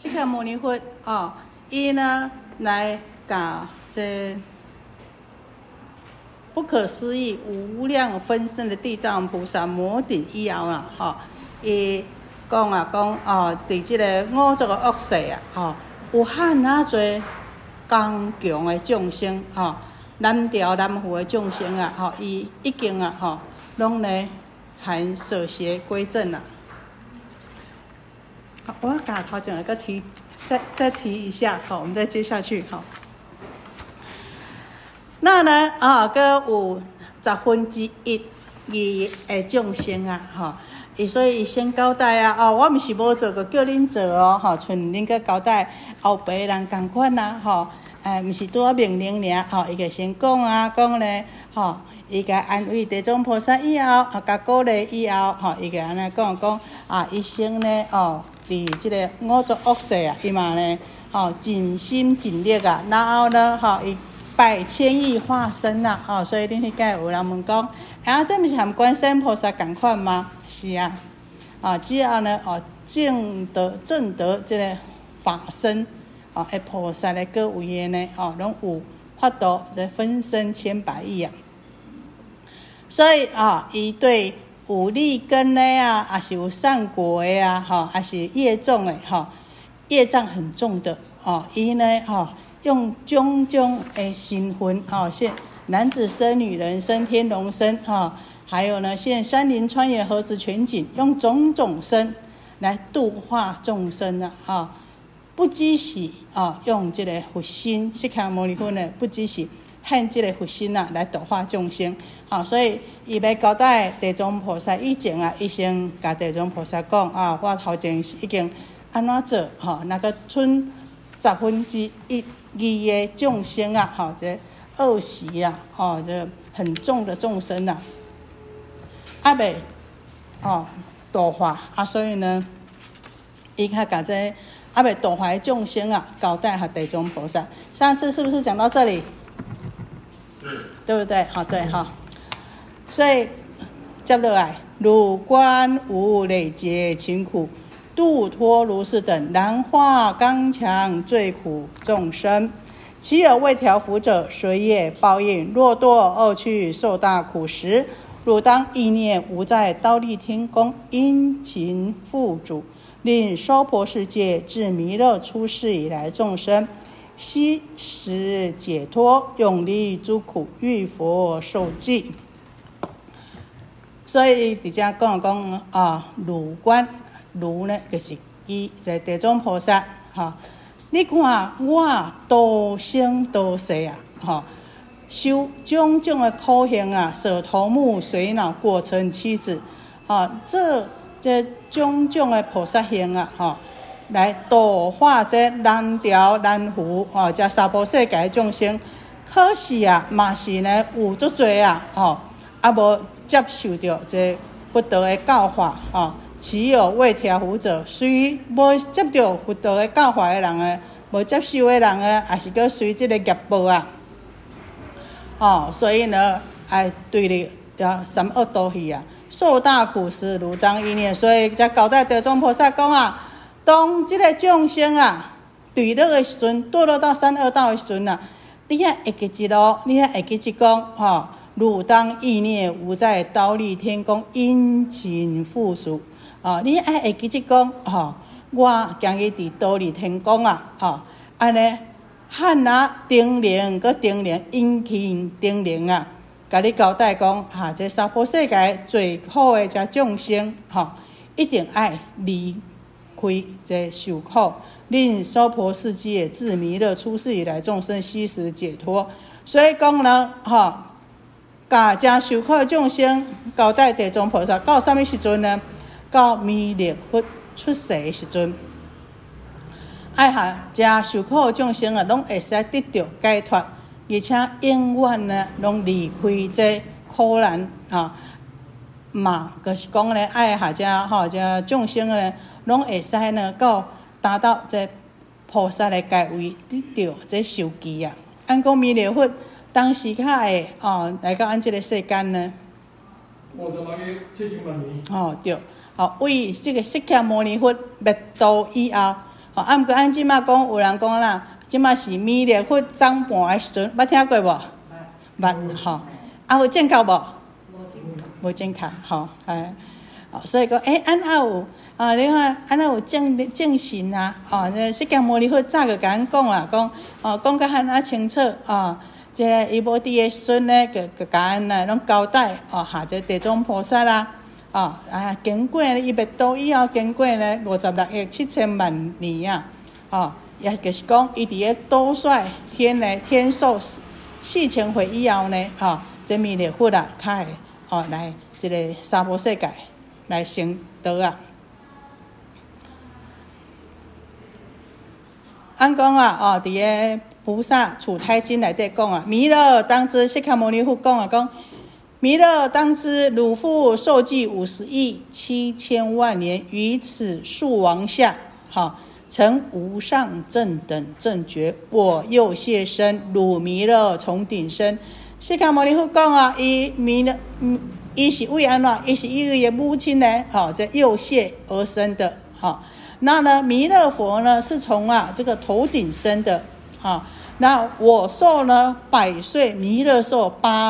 释迦牟尼佛伊呢来把这不可思议无量分身的地藏菩萨摩顶以后啦，伊讲伫即个五浊的恶世有汉多刚强的众生男调男妇的众生伊已经拢咧含舍邪归正啦。好，我要把头前个再提一下，好，我们再接下去，好。那呢个有1/10的众生所以伊先交代我毋是无做过，叫恁做像恁个交代后辈人同款毋是拄命令尔伊个先讲咧伊甲安慰地藏菩萨以后甲鼓励以后伊甲安尼讲伊先咧伫即个五浊恶世伊嘛咧尽心尽力然后呢伊拜千亿化身所以恁迄届有人问讲这毋是和观世音菩萨同款吗？是只要呢正得即个法身的菩萨的各位呢拢有法度这分身千百亿所以伊对有利根的也是有善果的也是业重的业障很重的伊呢用种种的身份现男子身、女人身、天龙身还有呢现山林川野河子泉井，用种种身来度化众生不只是用这个佛心，释迦牟尼佛呢不只是和这个佛心来度化众生所以伊要交代地藏菩萨以前伊先甲地藏菩萨讲我头前已经安怎做那个剩1/10的众生这恶习这很重的众生未度化所以呢伊较甲这未度化的众生交代和地藏菩萨。上次是不是讲到这里？对不对？对所以接落来，汝观无累劫勤苦，度脱如是等难化刚强最苦众生，其有未调伏者，随业报应，若堕恶趣，受大苦时，汝当意念无在忉利天宫，殷勤付嘱，令娑婆世界自弥勒出世以来众生悉时解脱，永离诸苦，遇佛受记。所以伫遮讲汝观，汝呢就是伊在地藏菩萨你看我多生多世修种种的苦行舍头目随脑过程妻子这种种的菩萨行来度化这男调男妇这娑婆世界的众生，可是嘛是呢有足多无接受到这佛道的教化其有未调伏者，随无接到佛道的教化的人无接受的人也是搁随这个业报所以呢对你三恶道去受大苦时，汝当意念。所以才交代地藏菩萨讲当这个众生坠落的时阵，堕落到三恶道的时阵你会记一路，你会记一讲汝当意念无在忉利天宫，殷勤付嘱你会记一讲我今日伫忉利天宫安尼汉叮咛搁叮咛，殷勤叮咛甲你交代讲这娑婆世界最苦的这众生一定爱离开这受苦，令娑婆世界自弥勒出世以来众生悉时解脱。所以讲呢甲这受苦的众生交代地藏菩萨到什么时阵呢？到弥勒佛出世的时阵，这受苦的众生拢会使得到解脱，而且永远呢拢离开这苦难就是讲呢这众生呢拢会使呢到达到这菩萨的阶位，得到这受记按讲弥勒佛当时较会来到咱这个世间呢，70万年对为这个释迦牟尼佛灭度以后， 啊，毋过按即马讲，有人讲啦，即马是弥勒佛涨盘的时阵，捌听过无？捌吼。啊，有正确无？无正确吼，所以讲，安怎有啊？你看安怎有正信啊？释迦牟尼佛早就甲咱讲啊，讲甲安怎清楚啊？即个伊无伫的时阵呢，甲咱呢拢交代下这地藏菩萨啦，经过呢，伊灭度以后经过呢56亿7千万年啊，也就是讲伊伫个度率天寿4000岁以后呢，这弥勒佛啊，才会来这个娑婆世界来成道啊。按讲啊，伫个菩萨处胎经内底讲啊，弥勒当知，释迦牟尼佛讲啊，讲弥勒当知，汝复寿计50亿7千万年，于此树王下，成无上正等正觉。我又谢身，汝弥勒从顶身。释迦牟尼佛讲啊，伊是为安怎？伊是因为母亲呢，这幼谢而生的，那呢，弥勒佛呢是从这个头顶生的，那我寿呢100岁，弥勒寿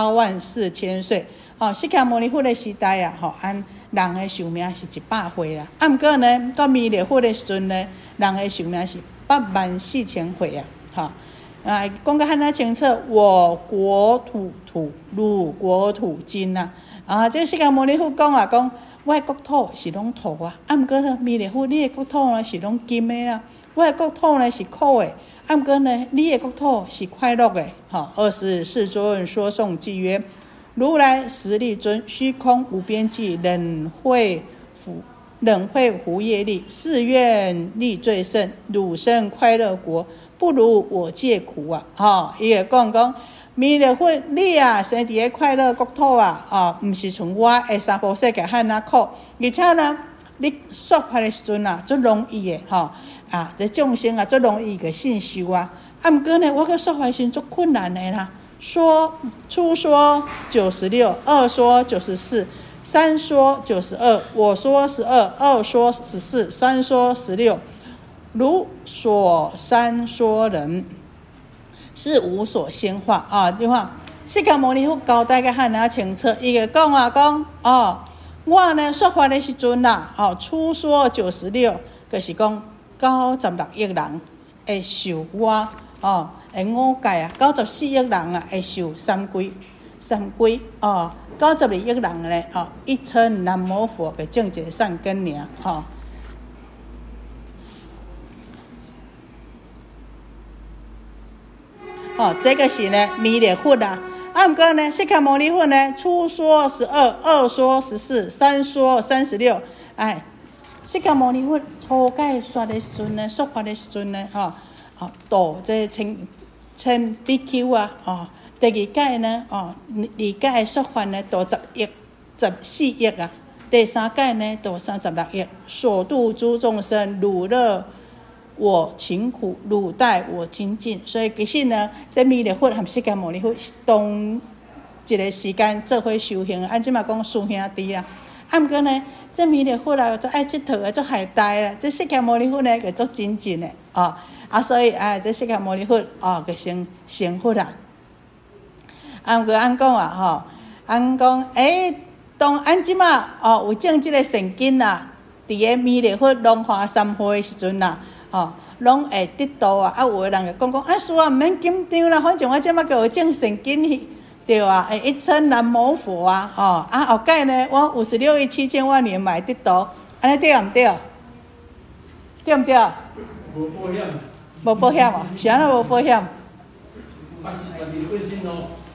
84000岁，释迦牟尼佛的时代啊，按人的寿命是100岁啦，不过呢，到弥勒佛的时阵呢，人的寿命是84000岁啊，讲得很清楚，我国土，汝国土金啊，这释迦牟尼佛讲啊，讲我的国土是拢土啊，不过呢，弥勒佛你的国土呢是拢金的啊，我的国土呢是苦的，不过呢，你的国土是快乐的。20世尊说颂偈曰：如来实力尊，虚空无边际，冷会胡业力，誓愿力最胜，汝生快乐国，不如我界苦啊！伊会讲弥勒佛，你生伫个快乐国土毋是像我的娑婆世界遐那苦，而且呢，你说法的时阵足容易的这众生足容易个信受不过呢，我个说法是足困难的啦。初说96，二说94，三说92，我说12，二说14，三说16，如所三说人，是无所先化就话释迦牟尼佛交代个很清楚，伊个讲我呢说法的时阵初说96，就是讲96亿人会受我会五戒94亿人会受三皈92亿人呢一称南无佛的正觉善根尔这个是呢弥勒佛不过呢释迦牟尼佛呢初说12，二说14，三说36，释迦牟尼佛初解说的时阵呢，说法的时阵呢度这千比丘第二解呢二解说法呢度14亿第三解呢度36亿，所度诸众生，汝乐我勤苦，汝待我精进。所以其实呢，这弥勒佛和释迦牟尼佛同一个时间做伙修行，按即嘛讲师兄弟不过呢，这弥勒佛就爱佚佗就海呆这释迦牟尼佛呢就做精进的所以这释迦牟尼佛就成佛不过按讲按讲当按即嘛有种这个善根伫个弥勒佛龙华三会的时阵拢会得到有的人就讲师毋免紧张啦，反正我即马叫有种善根对会一称南无佛后盖呢，我56亿7千万年嘛会得到，安尼对毋对？对毋对？ 无保险。 无保险是安怎无保险？ 是家己本身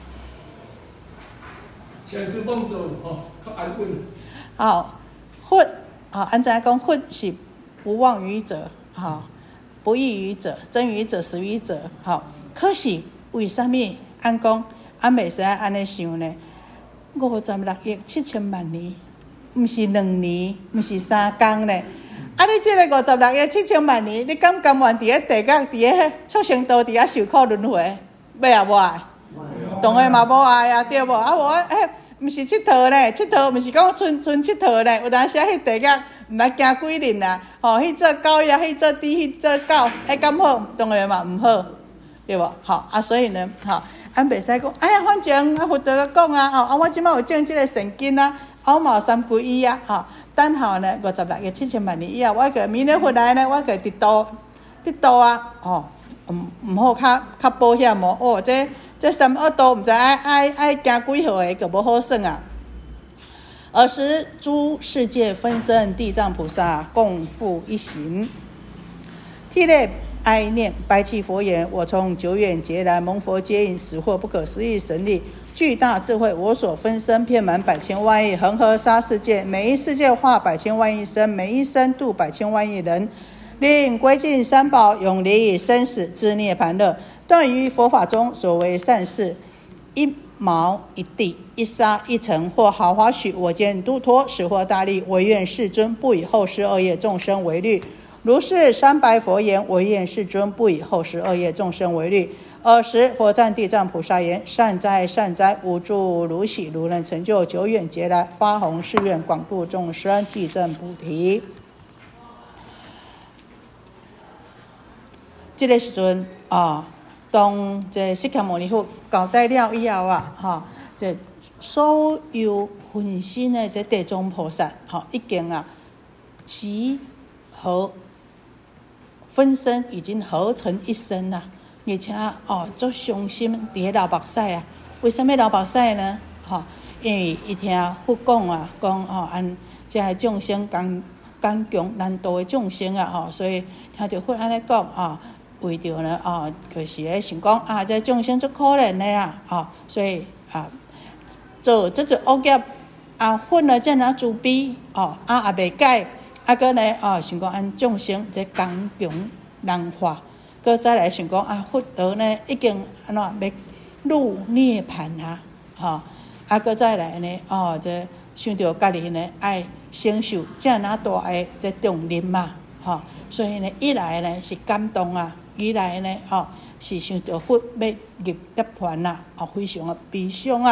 强势帮助较安稳。 佛按怎讲？佛是不妄语者不异语者，真语者，实语者可是为什么按讲袂使安尼想呢？56亿7千万年，毋是2年，毋是3天呢？你这个56亿7千万年，你甘愿伫个地角，伫个畜生道伫遐受苦轮回？要无爱？当然嘛无爱对无？毋是佚佗咧，佚佗毋是讲纯佚佗咧，有当时迄地角毋捌行几年啦，去做狗也，去做猪，去做狗，敢好？当然嘛，毋好，对无？所以呢，咱袂使讲，哎呀，反正佛陀甲讲啊，我即摆有种即个善根啊，我嘛有三皈依啊，等候呢56亿7000万年以后，我个弥勒佛来呢，我个得度啊，毋好较保险哦，这三恶道毋知爱行几号个，就无好算啊。尔时诸世界分身地藏菩萨共赴一行，涕泪哀念，白泣佛言：我从久远劫来蒙佛接引，使获不可思议神力，巨大智慧。我所分身遍满百千万亿恒河沙世界，每一世界化百千万亿身，每一生度百千万亿人，令归尽三宝，永离生死之涅槃乐。断于佛法中所为善事，一毛一地，一沙一尘，或豪华许，我见度脱，使获大利。唯愿世尊不以后世恶业众生为虑。如是三白佛言：唯愿世尊不以后世恶业众生为虑。尔时佛赞地藏菩萨言：善哉善哉，无诸如喜，如能成就久远劫来发弘誓愿，广度众生，济证菩提。这个时阵当这释迦牟尼佛交代了以后这所有分身的这地藏菩萨已经集合分身，已经合成一身啦，而且足伤心伫流目屎啊。为什么流目屎呢？因为伊听佛讲讲这个众生艰强难度的众生所以听到佛安尼讲为着呢就是咧想讲这众生足可怜的所以做这恶业佛呢遮尔慈悲也袂解，搁呢想讲众生这艰强难化，搁再来想讲佛陀呢已经要入涅槃搁再来呢这想到家己呢爱承受遮尔大的这重任嘛所以呢一来呢是感动二来呢是想到佛要入涅槃非常悲伤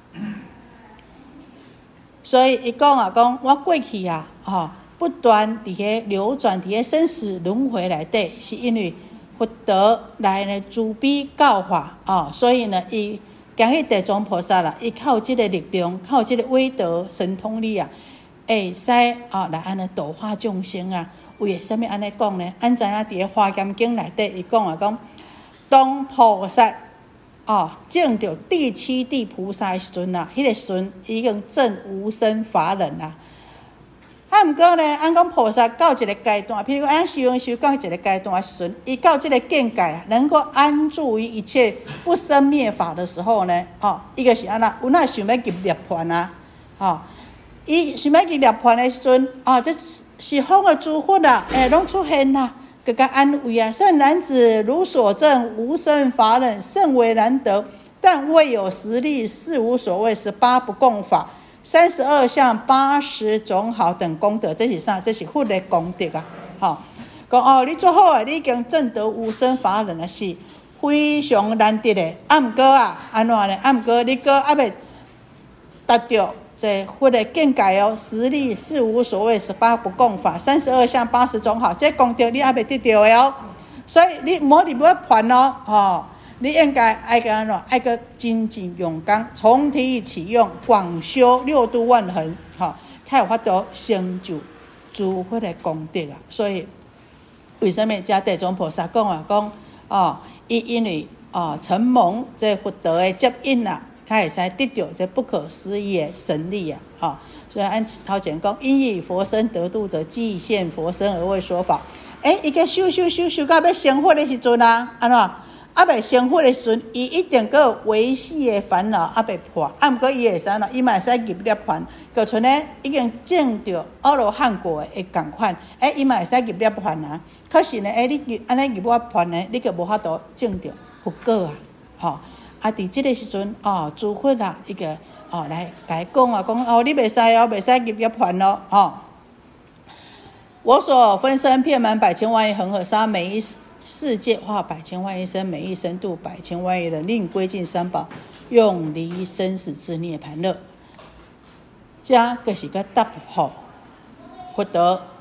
所以伊讲我过去不断伫个流转伫个生死轮回内底，是因为佛陀来呢慈悲教化所以呢伊讲迄地藏菩萨伊靠这个力量，靠这个伟大神通力会使来安尼度化众生为什么安尼讲呢？咱知影伫个《华严经》内底，伊讲当菩萨证到第七地菩萨的时阵迄个时阵已经证无生法忍毋过呢，咱讲菩萨到一个阶段，譬如咱修到一个阶段的时阵，伊到这个境界能够安住于一切不生灭法的时候呢，伊就是安那有哪想要入涅槃伊想要入涅槃的时阵这十方的诸佛拢出现各个安慰圣男子如所证无生法忍，甚为难得，但未有实力，是无所谓18不共法，32相80种好等功德。这是啥？这是佛的功德讲你做好你已经证得无生法忍是非常难得的。毋过安怎呢？毋过你还未达到这佛的境界实力是无所谓18不共法，32相80种好，这功德你还未得到的所以你唔好入涅槃你应该爱个安怎？爱个精进勇刚，从体起用，广修六度万恒才有法度成就诸佛的功德所以为什么这地藏菩萨讲伊因为承蒙这佛陀的接引他会使得到这不可思议的神力所以按头前讲，因以佛身得度者，即现佛身而为说法。伊个修到要成佛的时阵安怎未成佛的时阵，伊一定还有维系的烦恼未破，毋过伊会使伊嘛会使入涅槃，就像呢已经证到阿罗汉果的同款，伊嘛会使入涅槃可是呢，你安尼入涅槃呢，你就无法度证到佛果伫这个时阵诸佛伊个来甲伊讲你袂使袂使入涅槃咯我所分身遍满百千万亿恒河沙，每一世界化百千万亿生，每一生度百千万亿人，令归尽三宝，永离生死之涅槃乐。这就是个答复佛陀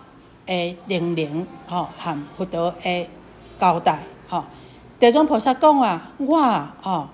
的灵灵和佛陀的交代。地藏菩萨讲我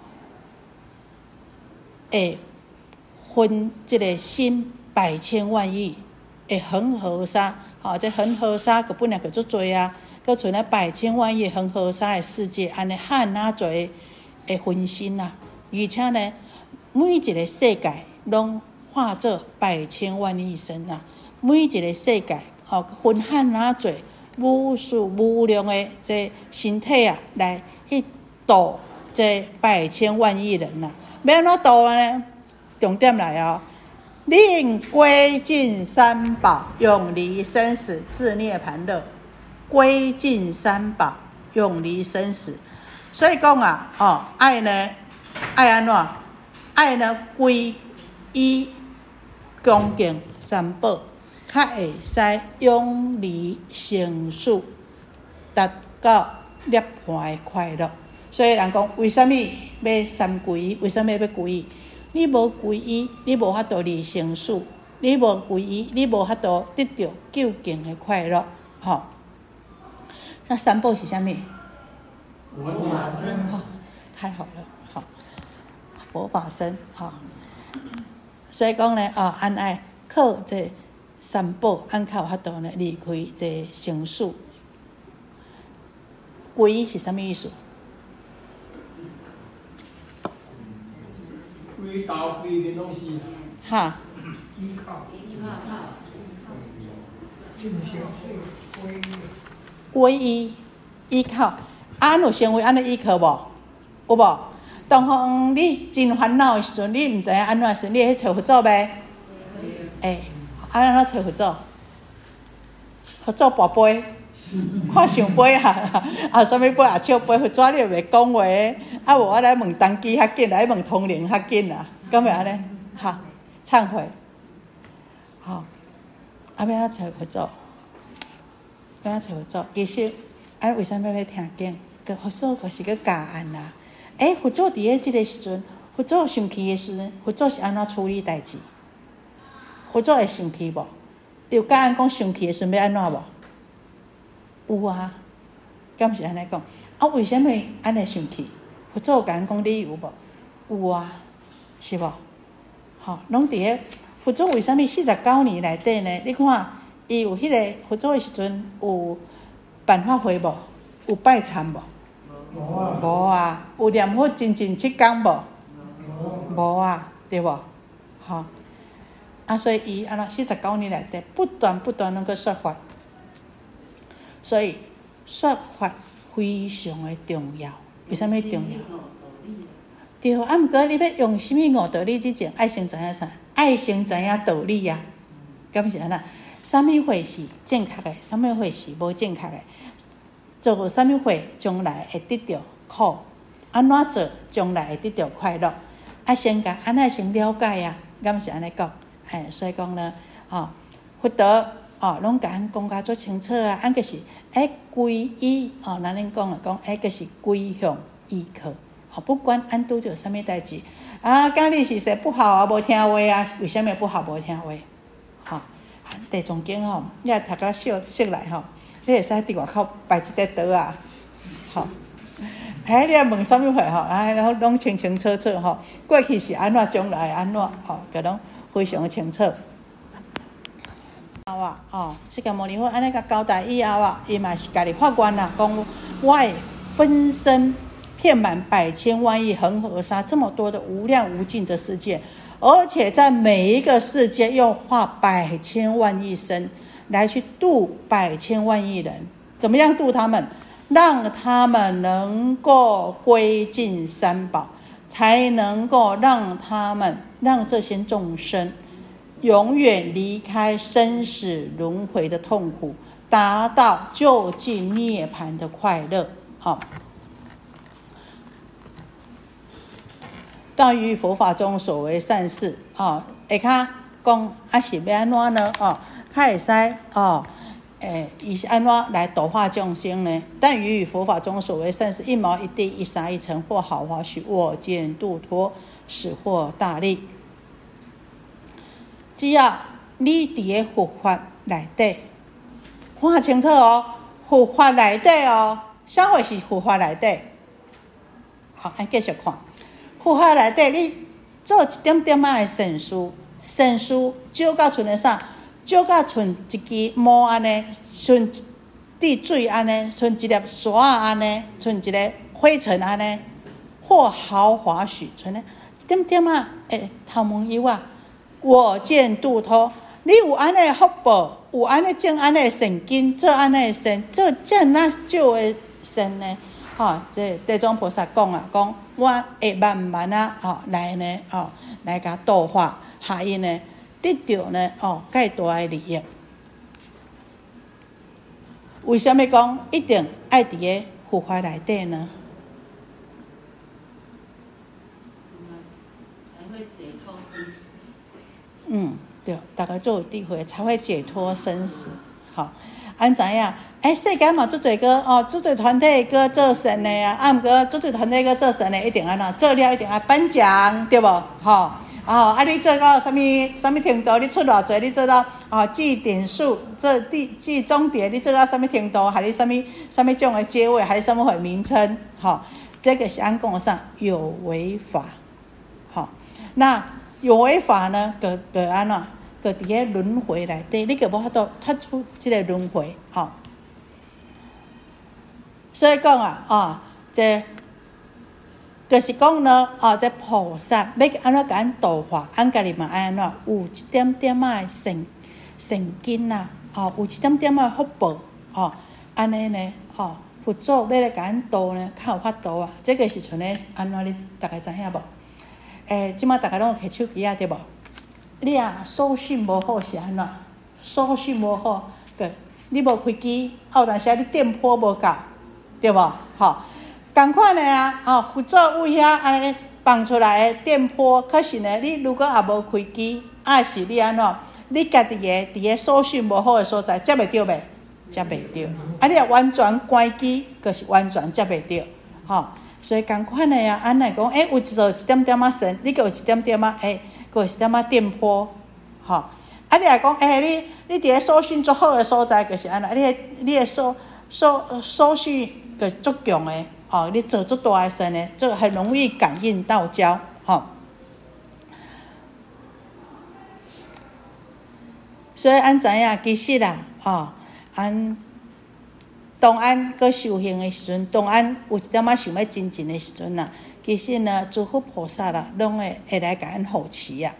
会分这个心百千万亿的恒河沙，这恒河沙个本来就足多啊，佮存了百千万亿恒河沙的世界，安尼汉那多的分身啊！而且呢，每一个世界拢化作百千万亿身啊！每一个世界分汉那多无数无量的这身体啊，来去度这百千万亿人啊！要安怎度呢？重点来令归尽三宝，永离生死，自涅盘乐。归尽三宝，永离生死。所以讲爱呢，爱安怎？爱呢，归依恭敬三宝，较会使永离生死，达到涅槃的快乐。所以人讲，为什么要三皈依？为什么要皈依？你无皈依，你无法度离生死；你无皈依，你无法度得到究竟的快乐。那三宝是啥物？ 佛法僧。 太好了，佛法僧。所以讲呢，安爱靠这三宝，安靠有法度呢离开这生死。皈依是啥物意思？ 规道规个拢是依靠， 皈依依靠，安有成为安尼依靠无？有无？当方你真烦恼的时阵，你毋知影安怎时，你会去找佛祖呗？安怎找佛祖？佛祖跋杯，看相杯啥物杯笑杯，佛祖你又袂讲话，无我来问当机较紧，来问通灵较紧啦，敢袂安尼？忏悔，要怎找佛祖？要怎找佛祖？其实，为什么要听经？佛祖就是个教案啦。佛祖伫咧即个时阵，佛祖生气的时阵，佛祖是安怎处理代志？佛祖会生气无？有教案讲生气的时阵要安怎无？有啊，敢是安尼讲？为什么安尼生气？佛祖有甲咱讲理由无？有啊，是无？拢伫咧。佛祖为什么49年内底呢？你看，伊有迄个佛祖的时阵有办法会无？有拜忏无？无啊。有念佛真7天无？无啊，对无？所以伊安怎49年内底不断能够说法，所以说法非常的重要。为什么重要？对，毋过你要用什么5道理之前，爱先知影啥？爱先知影道理啊，敢是安那？什么货是正确的？什么货是无正确的？做什么货将来会得到苦？安怎做将来会得到快乐？先甲安那先了解啊，敢是安尼讲？所以讲呢，佛陀拢甲咱讲甲足清楚啊，就是皈依咱恁讲就是归向依靠。不管俺拄着什么代志今日是说不好啊，无听话啊，为什么不好无听话？地藏经你若读甲熟来你会使伫外口摆一块桌啊，你若问什么货拢清清楚楚过去是安怎，将来安怎个拢非常的清楚。释迦牟尼佛安尼甲交代以后伊嘛是家己发愿啦，讲我会分身遍满百千万亿恒河沙，这么多的无量无尽的世界，而且在每一个世界又化百千万亿身来去度百千万亿人。怎么样度他们？让他们能够归尽三宝，才能够让这些众生永远离开生死轮回的痛苦，达到究竟涅槃的快乐。到于佛法中所为善事下骹讲是要安怎呢？较会使伊是安怎来度化众生呢？但于佛法中所为善事，一毛一地一沙一尘，或好或虚，我见度脱，使获大利。只要你伫个佛法内底看清楚哦，佛法内底哦，啥货是佛法内底？好，咱继续看，佛法内底你做一点点仔的善事，善事少到剩的啥？少到剩一支毛安尼，剩一滴水安尼，剩一粒沙安尼，剩一个灰尘安尼，或豪华许，剩咧一点点仔诶头毛油啊，我见度脱。你有安尼福报，有安尼种安尼善根，做安尼善，做这那少的善呢？这地藏菩萨讲啊，讲我会慢慢啊，来呢，来甲度化下因呢，得到呢，介大的利益。为什么讲一定爱伫个佛法内底呢？ 才会解脱生死。 对，大家做有智慧才会解脱生死。好，安怎样？世间嘛，足侪个足侪团体个做善的啊，毋过足侪团体个做善的一定安怎做了一定爱颁奖，对无？你做到什么程度？你出偌济？你做到记点数，记终点，你做到什么程度？还是什么种的结尾？还是什么名称？这个是按讲上有为法。那有为法呢？就安怎？就伫个轮回内底，你就无法度脱出这个轮回。所以讲这就是讲呢，这菩萨要安怎甲咱度化，咱家己嘛爱安怎有一点点仔善根啊，有一点点仔福报，安尼呢，佛祖要来甲咱度呢，较有法度啊。这个是像咧安怎？你大概知影无？即马大家拢有摕手机啊，对无？你收讯无好是安怎？收讯无好，你无开机，有当时你电波无够，对无？同款的佛祖为遐安尼放出来的电波，可是呢，你如果也无开机，是你安怎？你家己伫个收讯无好的所在，接袂到袂？接袂到。你若完全关机，就是完全接袂到。所以同款的安尼讲，有做一点点仔神，你有一点点仔有一点仔电波，你若讲你伫个收讯足好的所在，就是安尼，你的收讯就是足强的。你做足大的善呢，就很容易感应道交。所以知影其实当搁修行的时阵，当有一点仔想要精进的时阵其实呢，诸佛菩萨拢会来甲咱护持啊。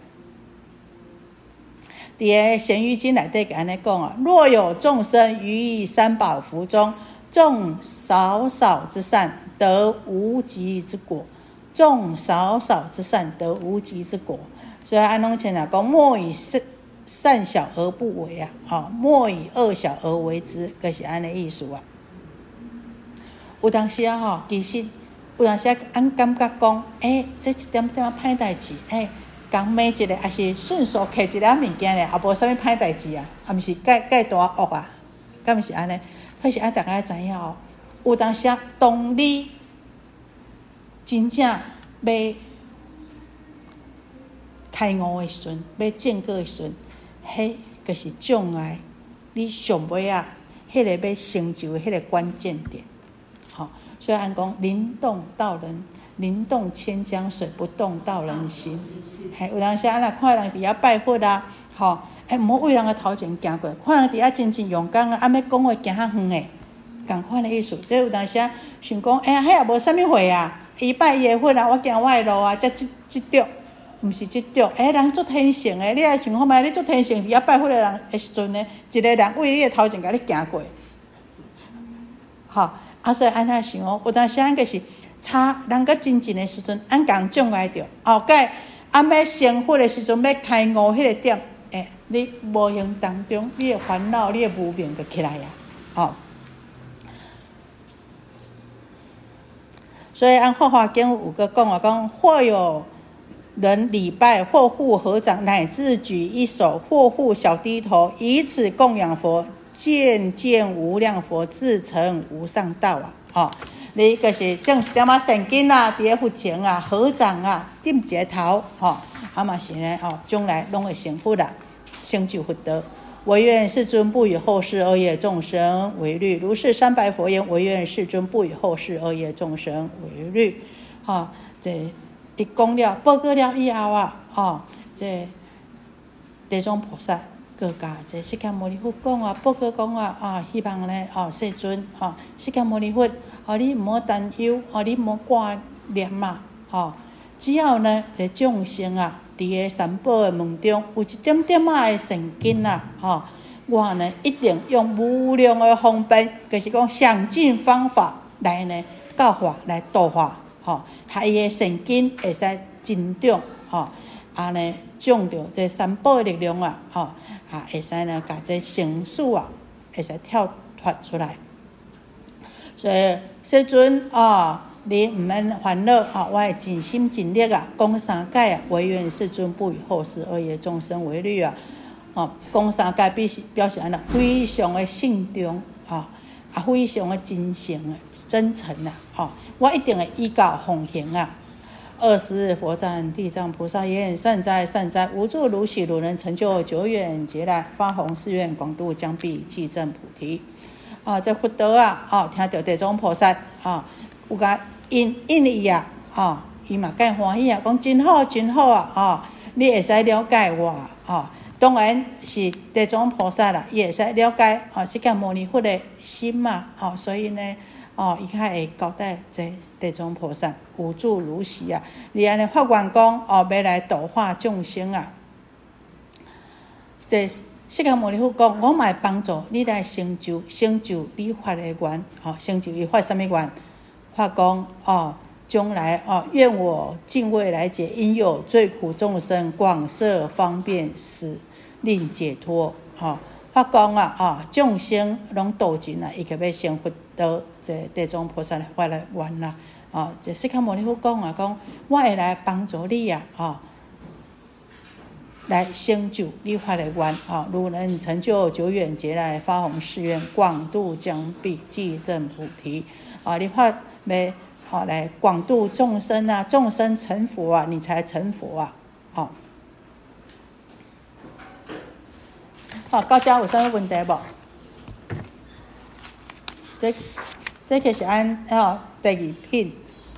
伫个《咸鱼经》内底甲安尼讲若有众生于三宝福中，种少少之善，得无极之果；种少少之善，得无极之果。所以安拢前讲，莫以善小而不为莫以恶小而为之，就是安尼意思啊。有当时其实有当时俺感觉讲，这一点点歹代志，讲骂一个，还是顺手摕一个物件咧，也无啥物歹代志啊，也毋是介大恶啊，敢毋是安尼？可是大家知影有当时当你真正要开悟的时阵，要证果的时阵，迄就是将来你上尾迄个要成就的迄个关键点。所以按讲灵动道人，灵动千江水，不动道人心。有当时看人伫遐拜佛毋好为人的头前行过，看人伫遐真勇敢要讲话行较远的，同款的意思。这有当时想讲，迄也无啥物货伊拜伊的佛我行我的路才即着，毋是即着。人做天性的，你也想看觅，你做天性伫遐拜佛的人的时阵呢，一个人为你的头前甲你行过，所以安尼想有当时就是差人个真正的时阵，共障碍着。后盖要成佛的时阵，要开悟迄个点，你无形当中，你的烦恼、你的无明就起来所以按《法华经》有个讲，或有人礼拜，或护合掌，乃至举一手，或护小低头，以此供养佛，渐渐无量佛，自成无上道你就是种一点善根伫个佛前合掌点一个头嘛是呢将来拢会成佛成就佛道。 唯愿世尊不与后世恶业众生为虑。如是三白佛言：唯愿世尊不与后世恶业众生为虑。这一讲了报告了以后这地藏菩萨各甲这释迦牟尼佛讲报告讲希望呢世尊释迦牟尼佛你唔好担忧你唔好挂念只要呢这众生伫个三宝的门中有一点点的善根我呢一定用无量的方便，就是讲想尽方法来呢教化来度化害伊的善根会使增长呢将着这三宝的力量会使呢甲这成事会使跳脱出来。所以世尊你唔免烦恼我会尽心尽力讲三界唯愿世尊不与后世恶业众生为虑讲三界表示安非常的慎重非常的真诚真诚我一定会依教奉行20日佛赞地藏菩萨言：善哉善哉，无住如喜，如能成就久远劫来，发弘誓愿，广度将毕，寂证菩提。这佛陀听到地藏菩萨有甲因伊伊嘛介欢喜讲真好真好你会使了解我当然是地藏菩萨伊会使了解释迦牟尼佛的心所以呢伊较会交代这地藏菩萨无住如是你安尼发愿讲要来度化众生这释迦牟尼佛讲我嘛会帮助你来成就你发的愿成就伊发什么愿？发讲将来愿我敬畏来解因有罪苦众生广设方便使令解脱发讲众生拢度尽伊就要成佛道这地藏菩萨发的愿这释迦牟尼佛讲我会来帮助你来成就你发的愿如能成就久远劫来发弘誓愿，广度将毕，寂证菩提你发要来广度众生众生成佛你才成佛到这有啥问题无？这个是按第二品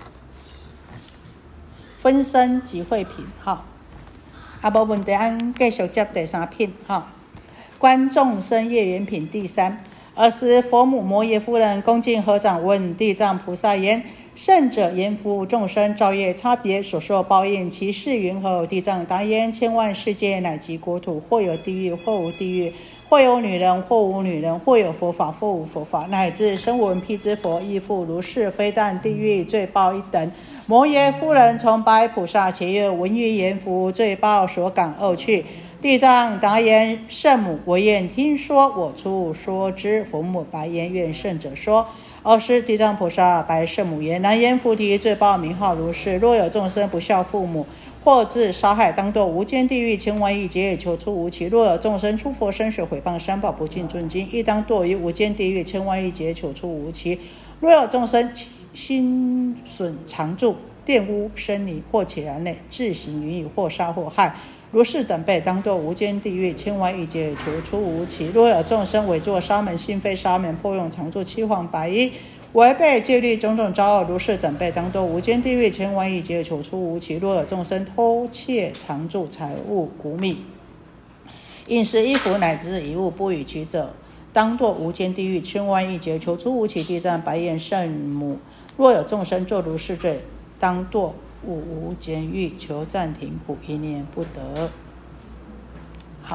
分身集会品无问题，按继续接第三品观众生业缘品第三。时佛母摩耶夫人恭敬合掌问地藏菩萨言：圣者言夫众生造业差别所受报应，其事云何？地藏答言：千万世界乃及国土，或有地狱，或无地狱；或有女人，或无女人；或有佛法，或无佛法，乃至声闻辟支佛亦复如是。非但地狱罪报一等。摩耶夫人从白菩萨且又闻于言夫罪报所感而去。地藏答言：圣母，我愿听说，我初说之。佛母白言：愿圣者说。时地藏菩萨白圣母言：南阎浮提罪报名号如是。若有众生不孝父母，或自杀害，当堕无间地狱千万亿劫，求出无期。若有众生出佛身水，毁谤三宝，不敬尊经，亦当堕于无间地狱千万亿劫，求出无期。若有众生心损常住，玷污生泥，或且然内自行云雨，或杀或害，如是等辈，当堕无间地狱千万亿劫，求出无期。若有众生伪作沙门，心非沙门，破用常住七黄白衣，违背戒律，种种造恶，如是等辈，当堕无间地狱千万亿劫，求出无期。若有众生偷窃常住财物谷米、饮食衣服乃至遗物不与取者，当堕无间地狱千万亿劫，求出无期。地藏白言：圣母，若有众生作如是罪，当堕无间狱，求暂停苦，一念不得。好，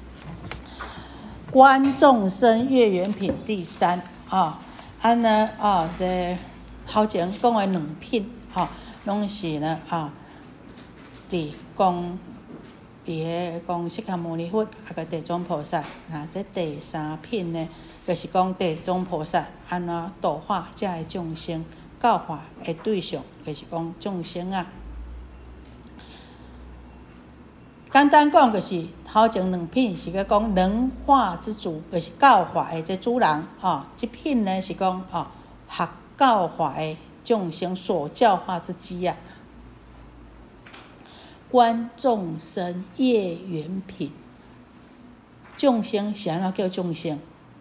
观众生业缘品第三这头前讲的两品拢是呢伫讲释迦牟尼佛甲地藏菩萨。这第三品呢，就是讲地藏菩萨安怎度化这个众生，教化的对象就是讲众生简单讲，就是头前两品是个讲能化之主，就是教化的这主人这品呢是讲学教化的众生所教化之机观众生业缘品， 众生是安怎叫众生？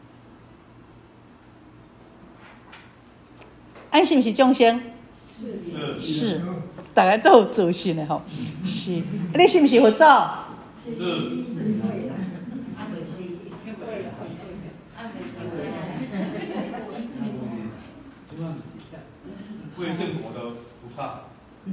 安是不是众生？是，大家都有自信的吼。是，你是不是佛祖？ 是。为正果的菩萨。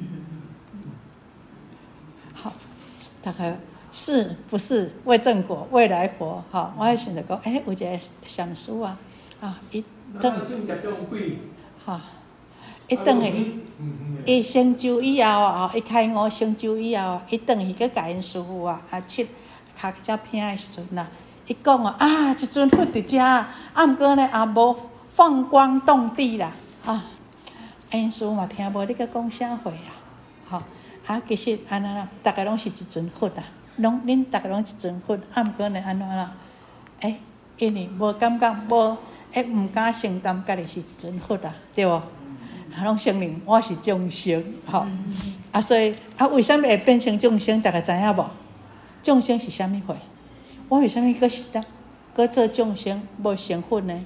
好，大概是不是为正果未来佛？哈，我还想着讲，有一个上师啊，伊等，哈，伊等去，伊成就以后啊，伊开悟成就以后，伊等去去甲因师父切脚只片的时阵啦，伊讲一尊佛伫遮，毋过呢也无放光动地啦，因师父嘛听无你个讲啥话啊，其实安那啦，大家拢是一尊佛啦，恁大家拢一尊佛，毋过呢安怎啦？因为无感觉，无毋敢承担家己是一尊佛啦，对无？拢承认我是众生，所以为什么会变成众生？大家知影无？众生是啥物货？我为什么搁是搁做众生，无成佛呢？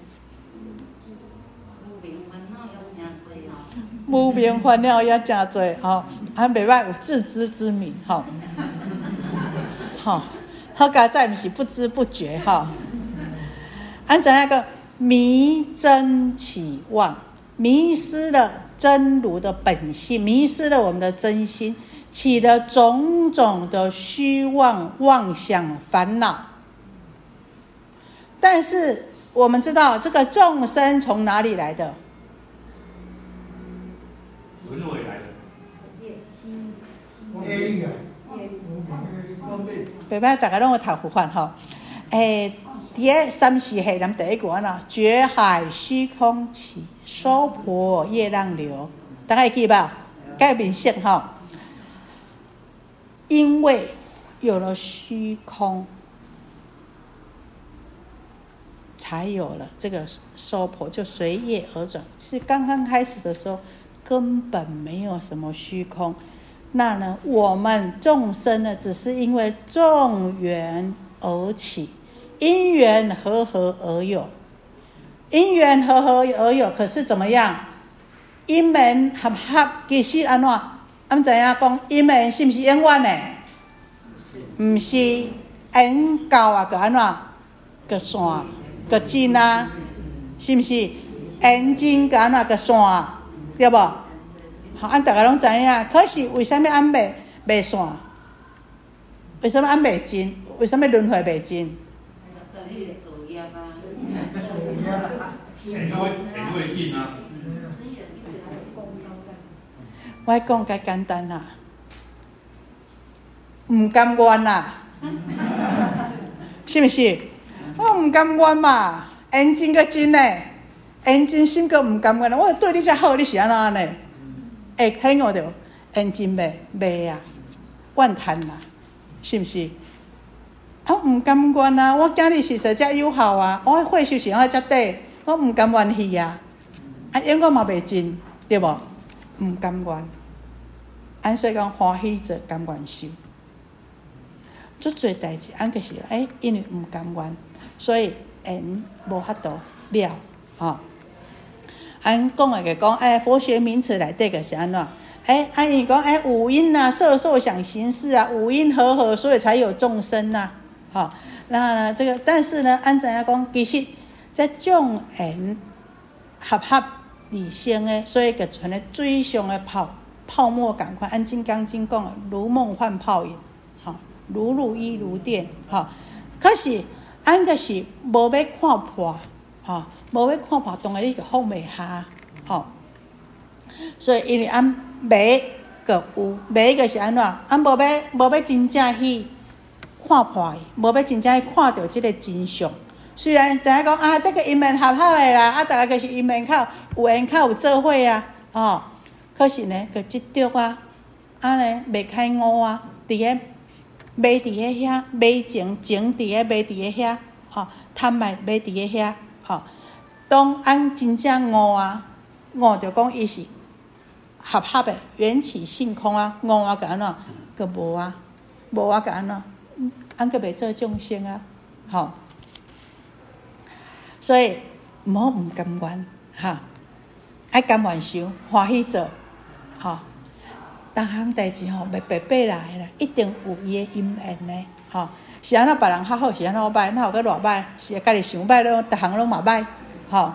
无明烦恼也真多袂歹有自知之明好佳在毋是不知不觉知影个迷真起妄，迷失了真如的本性，迷失了我们的真心，起了种种的虚妄妄想烦恼。但是我们知道这个众生从哪里来的？ 轮回来的。 袂歹，大家拢有读佛法伫咧三世系咱第一句觉海虚空起，娑婆业浪流，大家会记吧？该明显因为有了虚空，才有了这个娑婆，就随业而转。其实刚刚开始的时候根本没有什么虚空，那呢，我们众生呢，只是因为众缘而起，因缘和合而有，因缘和合而有。可是怎么样？因缘合合，其实安怎？知影讲因缘是不是永远的？不是，缘到就安怎？就散，就尽是不是？缘尽就安怎？就散，对不？大家拢知影，可是为什么袂散？为什么袂尽？为什么轮回袂尽？我讲较简单啦，唔甘愿啦，是不是？我唔甘愿嘛，缘尽个尽呢，缘尽心个唔甘愿啦。我对你遮好，你是安怎呢？听我着缘尽袂啊，怨叹啦，是不是？唔甘愿啊！我今日是实遮友好啊，我会修行我遮短，我唔甘愿去啊！永远嘛袂尽，对无？唔甘愿，所以讲欢喜者甘愿受。足侪代志，就是因为唔甘愿，所以缘无法度了讲的就讲，佛学名词内底就是安怎？伊讲，五阴色受想行识五阴和合，所以才有众生那呢，这个，但是呢，知影讲，其实这众缘合合而生的，所以就像咧水上的泡沫同款。按《金刚经》讲的，如梦幻泡影，如露亦如电，可是就是无要看破，无要看破，当然你就放袂下，所以因为迷个有，迷个是安怎？无要真正去看破，无要真正去看到这个真相。虽然知影讲这个因缘合合的啦，大家就是因缘较有缘较有做伙可是呢，就即着呢未开悟伫咧迷伫咧遐，迷情伫咧迷伫咧遐，贪爱迷伫咧遐，当真正悟着讲伊是合合的缘起性空悟个安怎？个无个安怎？佫袂做众生吼。所以唔好唔甘愿哈，爱甘愿想，欢喜做，吼。逐项代志吼，袂白白来啦，一定有伊诶因缘呢，吼。是安怎别人较好，是安怎歹，哪有个偌歹？是家己想歹咯，逐项拢嘛歹，吼。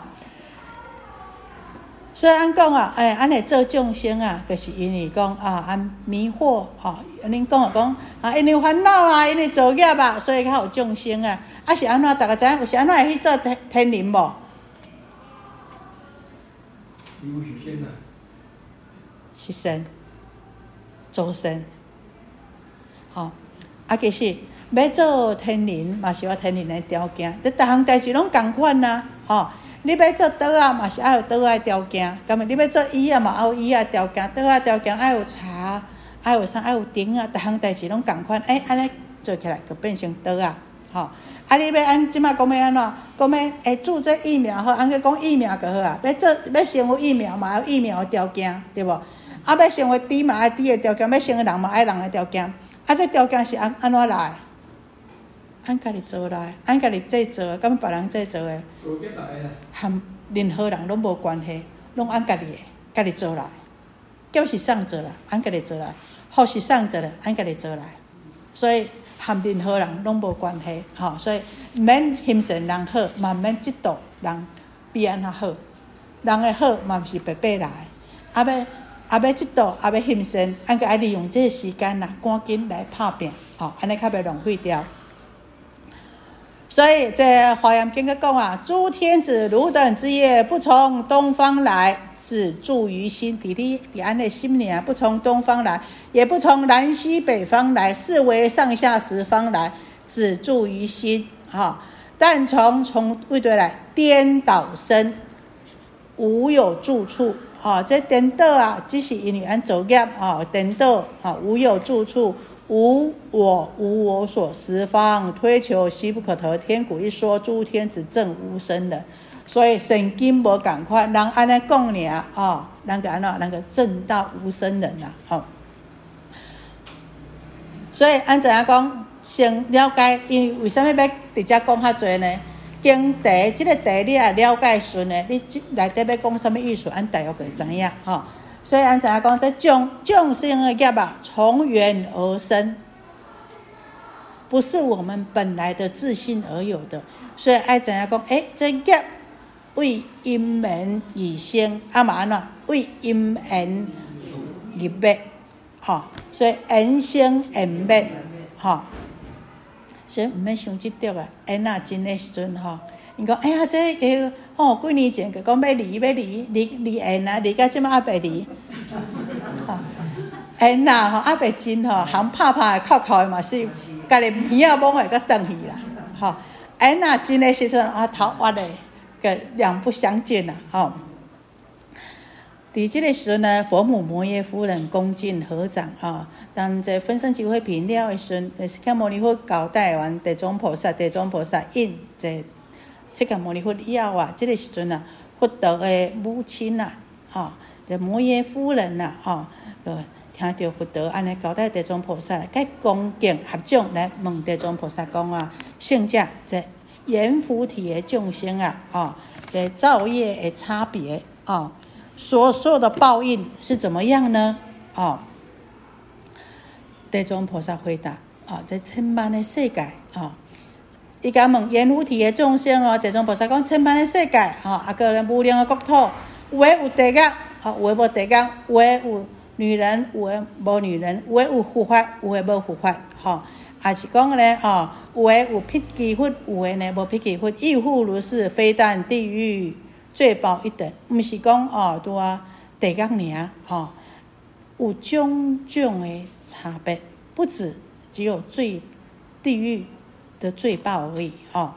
所以按讲啊，安尼做众生啊，就是因为讲啊，安迷惑吼，恁讲讲啊，因为烦恼啊，因为造业啊，所以较有众生啊。啊是安怎？大家知影？有是安怎会去做天人无？ 有许仙呐， 是神，做神，吼。啊，其实要做天人，嘛是有天人的条件。你逐项代志拢共款呐，吼。你要做刀啊，嘛是爱有刀的条件；，咁么你要做椅啊，嘛要有椅的条件；刀的条件爱有茶，爱有啥，爱有钉啊，逐项代志拢共款。安尼做起来就变成刀啊，吼。啊，你要按即马讲要安怎？讲要注这疫苗好，按去讲疫苗就好啊。要成为疫苗嘛，有疫苗的条件，对无？啊，要成为猪嘛，爱猪的条件；要成为人嘛，爱人的条件。啊，这条件是安怎来？按家己做来，按家己制作的，敢别人制作的，和任何人拢无关系，拢按家己的，家己做来。叫是上做啦，按家己做来；福是上做啦，按家己做来。所以和任何人拢无关系，吼。所以免欣赏人好，嘛免嫉妒人比安那好。人的好嘛是白白来，要嫉妒，要欣赏，按个爱利用这个时间啦，赶紧来拍拼，吼，安尼较袂浪费掉。所以这华严经个讲啊，诸天子汝等之业，不从东方来，只住于心。伫安的心里啊，不从东方来，也不从南西北方来，四维上下十方来，只住于心。哈，但从位对来颠倒身，无有住处。这颠倒啊，只是因为按造业颠倒无有住处。无我所，十方推求悉不可得。天古一说，诸天子正无生人。所以圣经无共款，人安尼讲尔人个安怎，人个正道无生人啦所以按怎样讲，先了解，因为为什么要直接讲较济呢？经题这个题你也了解顺呢，你内底要讲什么意思，按大约就知影所以按怎样讲，这众生的业啊，从缘而生，不是我们本来的自信而有的。所以按怎样讲，这业为因缘而生，嘛安怎？为因缘而灭，所以缘生缘灭，所以唔免想这着啊。缘啊真的时阵因讲这个几年前就讲要离缘啊，离到即马还袂离。缘啊还袂真行拍的哭的嘛是，家己鼻仔摸会阁转去啦。缘啊真的时阵头挖的，个两不相见啦。伫这个时阵呢，佛母摩耶夫人恭敬合掌当这分身集会品了的时阵，释迦牟尼佛交代完地藏菩萨应这释迦牟尼佛以后这个时阵佛陀的母亲这摩耶夫人听到佛陀安尼交代地藏菩萨，该恭敬合掌来问地藏菩萨讲圣者这阎浮提的众生这造业的差别所受的报应是怎么样呢？地藏菩萨回答这千万的世界伊甲问阎浮提的众生地藏菩萨讲千万的世界个人无量的国土，有的有地狱有的无地狱，有的有女人，有的无女人，有的有护法，有的无护法也是讲呢有的有辟支佛，有的呢无辟支佛，亦复如是，非但地狱罪报一等，不是讲拄地狱尔有种种的差别，不止只有地狱的罪报而已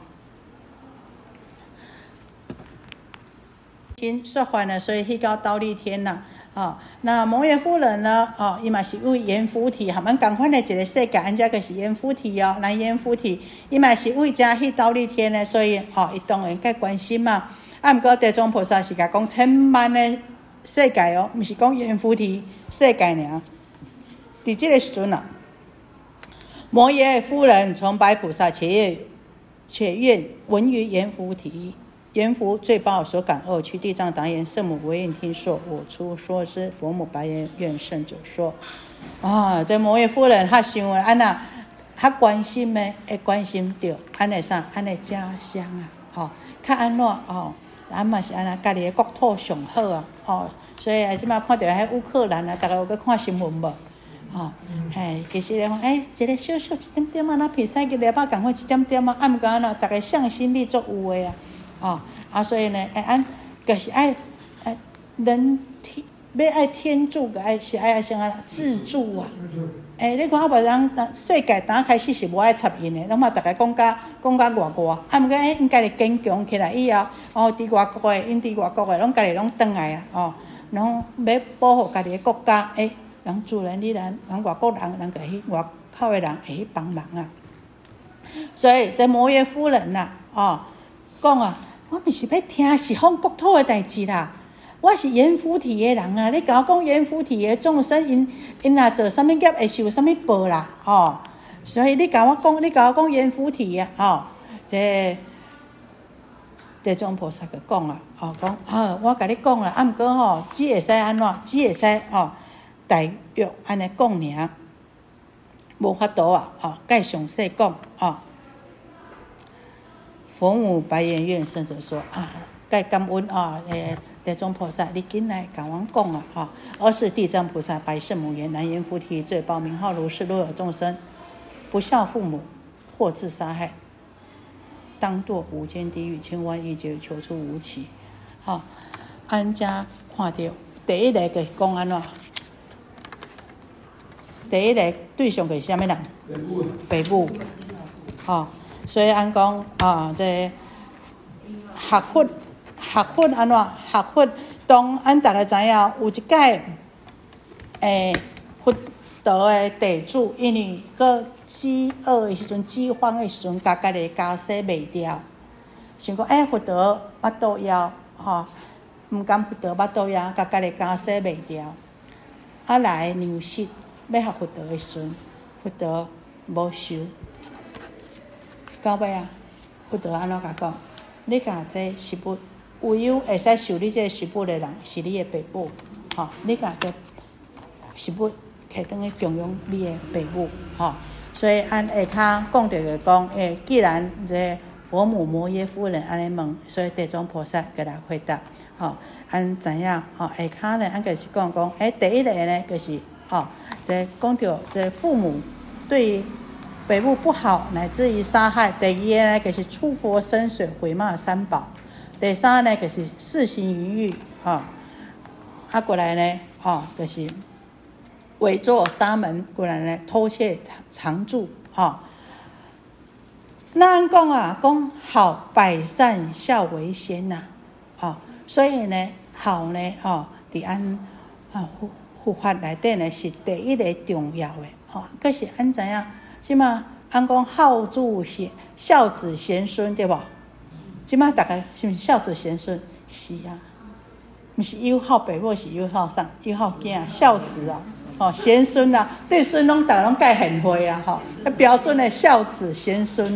说完了，所以去到忉利天啦那摩耶夫人呢伊嘛是为阎浮提含咱同款的一个世界，安这个是阎浮提那阎浮提伊嘛是为遮去忉利天的，所以伊当然该关心嘛。不过地藏菩萨是甲讲千万的世界不是讲阎浮提世界尔。伫这个时阵摩耶夫人从白菩萨且且愿闻于阎浮提。阎浮罪报所感恶趣，地藏答言：圣母唯愿听说，我出说之。佛母白言：愿圣者说。这摩耶夫人她想安那，她关心的会关心到安尼啥，安尼家乡啊，较安怎咱嘛是安那家己的国土上好所以即马看到迄乌克兰大家有去看新闻无？其实讲一个小小一点点那鼻屎个粒仔共款一点点毋过安那大家向心力足有的所以呢，就是爱人要爱天助个是爱啥啊？自助你看别人世界打开始是无爱插因的，拢嘛大家讲甲偌，毋过因家己坚强起来以后，伫外国的，因伫外国的，拢家己拢转来拢要保护家己的国家，人自然而然，人外国人个去外口的人会去帮忙所以这摩耶夫人讲我毋是要听十方国土的代志啦。我是阎浮提的人你甲我讲阎浮提的众生，因若做啥物业会受啥物报啦所以你甲我讲阎浮提这地藏菩萨就讲啦讲我甲你讲啦毋过只会使安怎？只会使大约安尼讲尔，无法度介详细讲佛母白言：愿圣者说介感恩地藏菩萨，你紧来甲阮讲而是地藏菩萨白圣母言：南阎浮提罪报名号如是，若有众生不孝父母或自杀害，当堕无间地狱，千万亿劫求出无期。安家看到第一个就是讲安怎？第一个对象就是啥物人？爸母。所以按讲这学佛安怎？学佛当咱大家知影，有一届佛道的地主，因为个饥饿的时阵、饥荒的时阵，家己家洗卖掉，想讲佛道巴肚枵毋甘佛道巴肚枵，家己家洗卖掉，来牛失要学佛道的时阵，佛道无收。到尾佛道安怎甲讲？你甲这食物，唯有会使受你这食物的人是你的爸母你甲这食物摕转去供养你的爸母所以按下骹讲到就讲既然这佛母摩耶夫人安尼问，所以地藏菩萨给来回答按知影下骹呢，按就是讲第一个呢就是这讲到这父母对爸母不好，乃至于杀害。第二个呢就是出佛身水，毁骂三宝。第三呢就是四行淫欲过来呢就是伪作沙门，过来呢偷窃常住那按讲讲好百善孝为先所以呢好呢伫按佛法内底呢是第一个重要的可是按怎样？即马按讲好助孝子贤孙，对无？即马大家是毋是孝子贤孙？是毋是友好爸母，是友好啥？友好囝孝子贤孙对孙拢大家拢介贤惠标准的孝子贤孙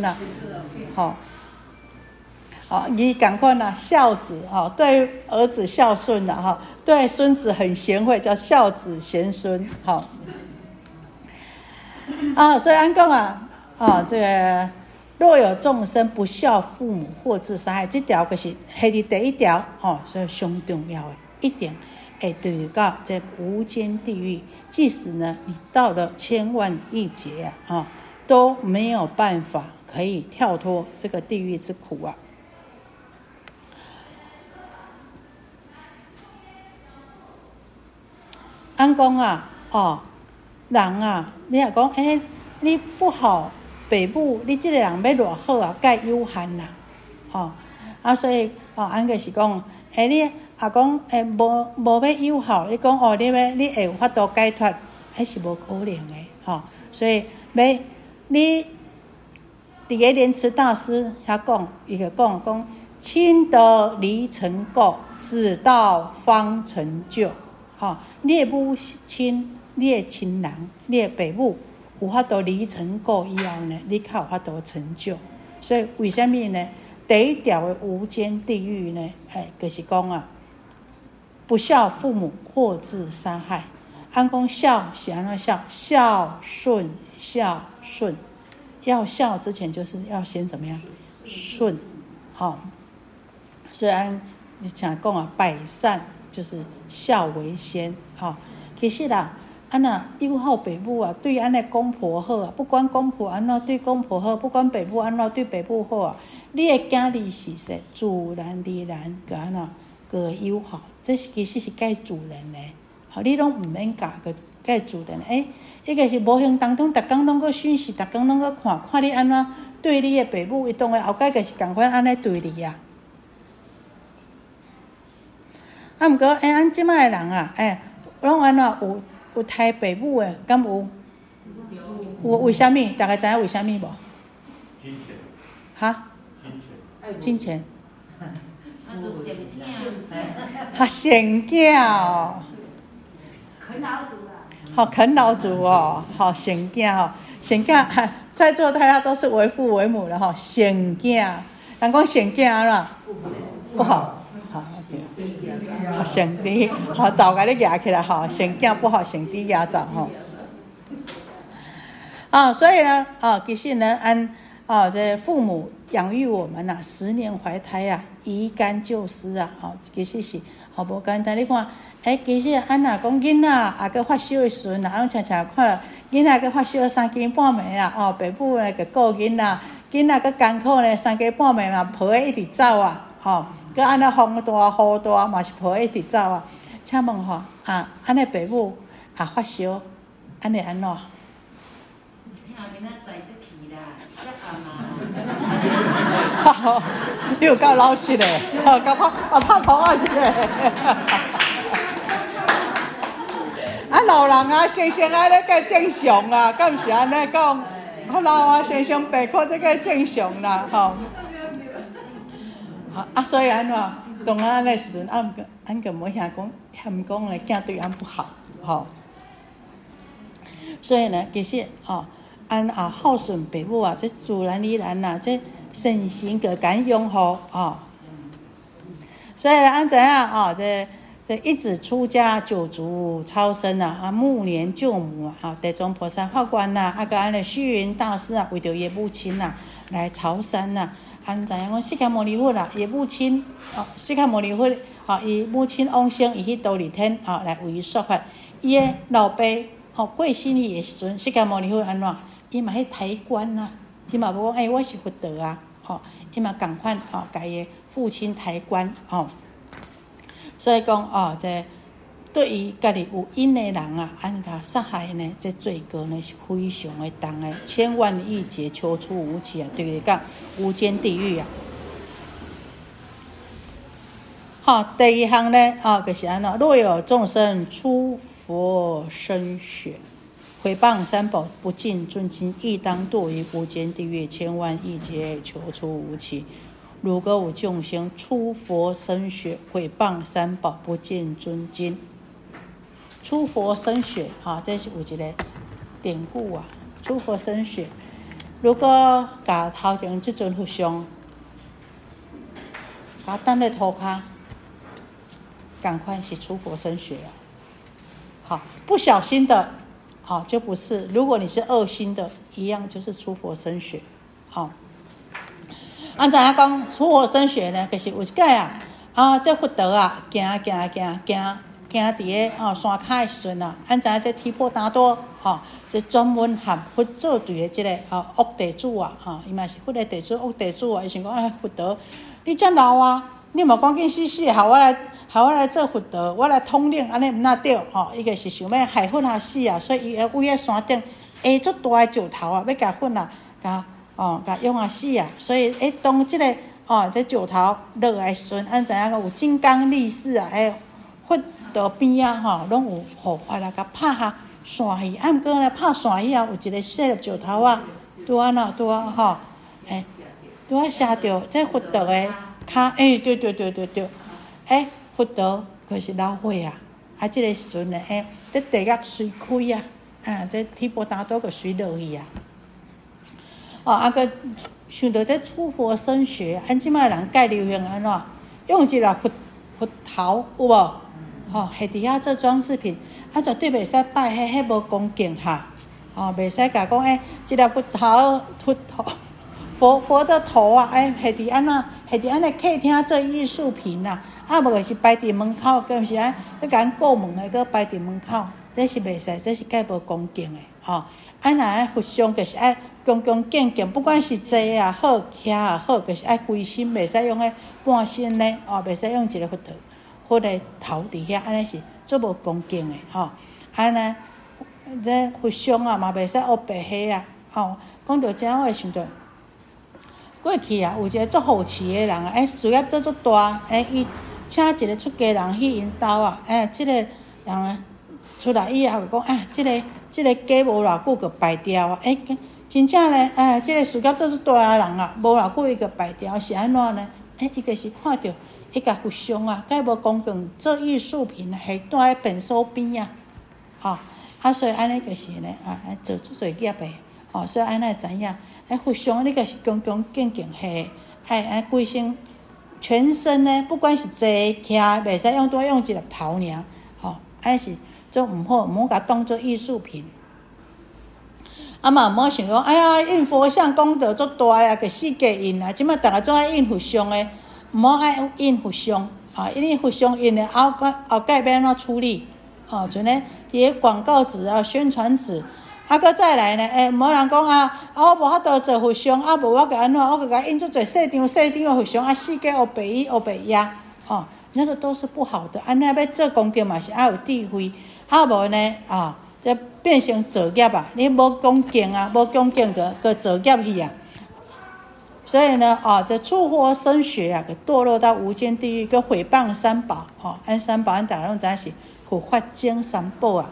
伊同款孝子对儿子孝顺对孙子很贤惠，叫孝子贤孙所以按讲这个若有众生不孝父母或自杀害，这条就是下伫第一条所以上重要的一点，会对到这无间地狱，即使呢你到了千万亿劫都没有办法可以跳脱这个地狱之苦按讲人你若讲你不好爸母，你这个人要偌好介有限啦所以按个是讲你讲无要友好，你讲你会有法度解脱，迄是无可能的所以要你伫个莲池大师遐讲，伊就讲亲得离尘垢，子道方成就你的母亲，你的亲人，你的爸母有法度离尘垢以后呢，你较有法度成就。 所以为什么呢？第一条的无间地狱呢？就是讲啊，不孝父母或自杀害。按讲孝是安怎孝？孝顺，要孝之前就是要先怎么样？顺，所以按常讲啊，百善就是孝为先，其实啦，友好爸母啊，对安尼公婆好啊，不管公婆安怎对公婆好，不管爸母安怎对爸母好啊，你的囝儿是说自然而然个安怎个友好，这是其实是介自然的，你拢唔免教个介自然的，伊个是无形当中，逐工拢个讯息，逐工拢个看你安怎对你的爸母，伊当然后摆个是共款安尼对你啊。毋过咱即摆的人啊，拢安怎有杀爸母的，敢有？有为虾米？大家知影为虾米无？ 金钱。 哈？金钱。生囝哦。 啃老族啦。 啃老族哦，生囝哦，生囝，在座大家都是为父为母的生囝，人讲生囝安怎？不好。生弟，早甲你夹起来生囝不好，生弟压早所以呢，其实呢，这父母养育我们10年怀胎啊，移干就湿啊，其实是无简单。你看，其实若讲囡仔个发烧的时阵拢常常看囡仔个发烧3更半暝啦，爸母呢个顾囡仔，囡仔个艰苦呢3更半暝嘛，抱一直走啊，佮安尼风大雨大嘛是抱一直走啊。请问安尼爸母发烧，安尼安怎？ 听明仔载就去啦，遮暗啊。你有够老实的，甲拍婆啊一个。老人常常安尼个正常啊，敢毋是安尼讲？老常常病苦这个正常啦，所以安怎？当安尼时阵，俺个无嫌讲咧，囝对俺不好，所以呢，其实俺孝顺爸母这自然而然这身心个敢拥护所以俺知影这一子出家，九族超生暮年救母地藏菩萨法官个安尼虚云大师为着伊母亲来朝山俺知影讲释迦牟尼佛伊母亲释迦牟尼佛伊母亲往生，伊去忉利天来为伊说法。伊的老爸过身去的时阵，释迦牟尼佛安怎？伊嘛去抬棺伊嘛无讲我是佛陀伊嘛共款甲伊的父亲抬棺所以讲这对于家己有因的人安尼他杀害呢，这罪过呢是非常的重的，千万亿劫求出无期就是讲无间地狱第二项呢就是安怎？若有众生出佛身血，毁谤三宝，不敬尊亲，亦当堕于无间地狱，千万亿劫求出无期。如果有众生出佛身血，毁谤三宝，不敬尊亲，出佛身血这是有一个典故出佛身血，如果甲头前这尊佛像，甲等咧涂骹，赶快是出佛身血不小心的就不是，如果你是恶心的，一样就是出佛身血知影讲出佛身血呢，就是有一届这佛陀行伫个山骹的时阵知影这提婆达多这专门和佛做对的这个恶地主伊嘛是佛的地主，恶地主伊想讲佛陀你遮老你嘛赶紧死死，害我来做佛陀，我来统领，安尼毋哪对伊个是想要害佛死所以伊会位在山顶下足大的石头要甲佛甲用死所以当这个这石头落来的时阵，知影讲有金刚力士佛陀边拢有护法甲拍下线去，毋过呢拍线去有一个细粒石头拄啊射着这佛陀的骹，对，佛陀可是老火这个时阵呢这地狱随开这提婆达多就随落去个想到这出佛身学，咱即摆人介流行安怎？用一个佛头有无？吼，下伫遐做装饰品，绝对袂使拜迄无恭敬哈。袂使甲讲一个佛头，佛的头啊，下伫安尼客厅做艺术品啦。无就是摆伫门口，佮毋是佮甲过门的，佮摆伫门口，这是袂使，这是介无恭敬的若佛像就是爱恭恭敬敬，不管是坐也好，徛也好，就是爱规身，袂使用半身的袂使用一个佛的头伫遐，安尼是做无恭敬的安尼这佛像嘛袂使黑白黑讲到这，我会想到过去有一个做好市的人事业做大，伊请一个出家人去因兜即个人出来以后就讲即个鸡无偌久就败掉真正咧即个事业做大的人无偌久伊就败掉，是安怎呢？伊就是看到伊甲佛像介无恭敬，做艺术品系蹛在便所边所以安尼就是呢做足侪业的所以安尼会知影佛像你个是恭恭敬敬系爱规身全身呢，不管是坐徛，袂使用一个头尔是做毋好甲当做艺术品。嘛毋好想讲，哎呀，印佛像功德足大呀，个世界印即摆逐个总爱印佛像的，毋好爱印佛像因为佛像印的后盖要安怎处理像咧伫广告纸宣传纸搁再来呢无人讲我无法度做佛像无我甲安怎，我甲印出侪细张的佛像四界黑白衣黑白鸭那个都是不好的。安尼要做功德嘛是爱有智慧，无呢这变成造业你无恭敬无恭敬个造业去所以呢这出佛身学个堕落到无间地狱，个毁谤三宝三宝咱大家拢知是护法经三宝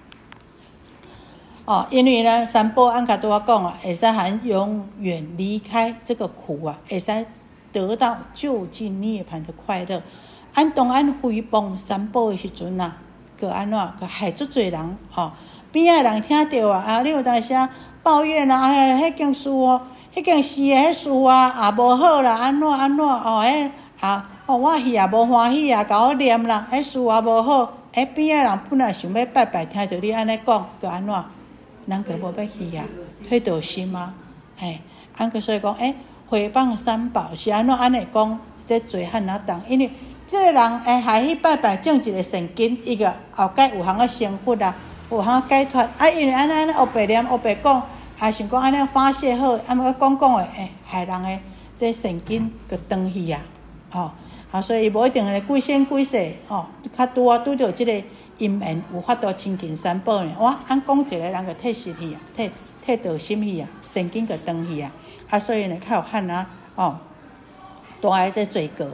因为呢三宝按较多讲会使还永远离开这个苦会使得到究竟涅槃的快乐。当诽谤三宝的时阵个安怎个害足侪人边仔人听到你有当时抱怨迄件事迄件事迄事无好啦，安怎我去无欢喜甲我念啦，迄事无好边仔人本来想要拜拜，听到你安尼讲，个安怎人个无要去退道心所以讲诽谤三宝是安尼讲，这罪很重，因为这个人还去拜拜种一个善根，伊个后盖有通成佛有通解脱因为安尼黑白念黑白讲想讲安尼发泄好讲的害人的这善根个断去所以无一定规身规世较拄着这个因缘有法度亲近三宝呢讲一个人个退失去退道心去善根个断去所以呢较有限大个这罪过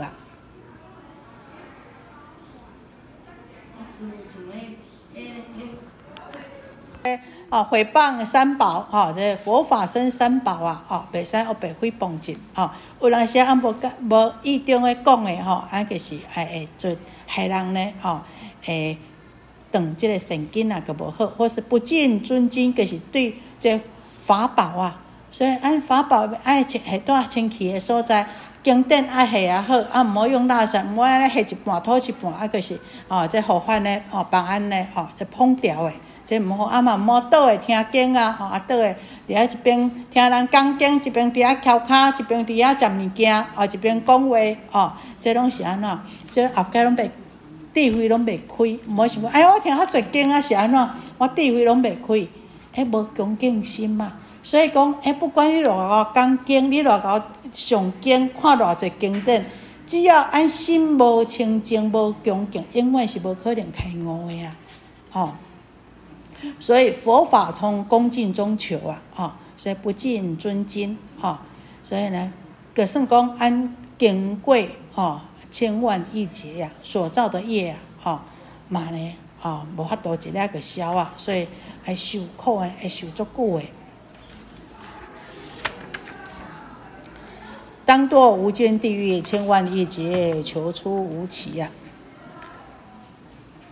诽谤三宝这佛法僧三宝袂使黑白诽谤尽有人时无意中的讲的就是做害人呢断这个善根个无好，或是不敬尊经，就是对这法宝所以法宝爱下蹛清气的所在，经典爱下也好毋好用垃圾，毋好安尼下一半吐一半就是这护法呢放安呢这碰掉的这毋好嘛毋好倒的听经倒的伫遐一边听人讲经，一边伫遐翘骹，一边伫遐食物件一边讲话这拢是安怎？这后盖拢袂智慧拢袂开，毋好想讲我听较侪经是安怎？我智慧拢袂开无恭敬心嘛。所以讲不管你偌个讲经，你偌个上经，看偌侪经典，只要按心无清净无恭敬，永远是无可能开悟的所以佛法从恭敬中求所以不敬尊经所以呢就算讲按经过千万亿劫所造的业嘛呢无法度一粒个消所以会受苦的，会受足久的。当堕无间地狱，千万亿劫，求出无期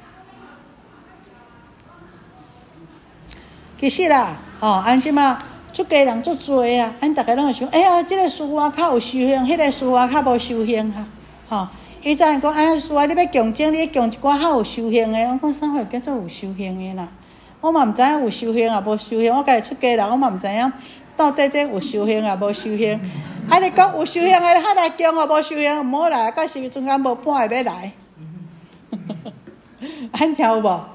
其实啦，即马出家人足多啊，咱大家拢会想，哎呀，这个师父较有修行，迄个师父较无修行啊，吼。伊早讲，哎呀，师父你要强精，你强一寡较有修行的。我讲啥货叫做有修行的啦？我嘛毋知影有修行啊，无修行。我家己出家人，我嘛毋知影到底这有修行啊，无修行。啊，你讲有修行的，较来强啊，无修行毋好来，到时阵间无半个要来。安听有无？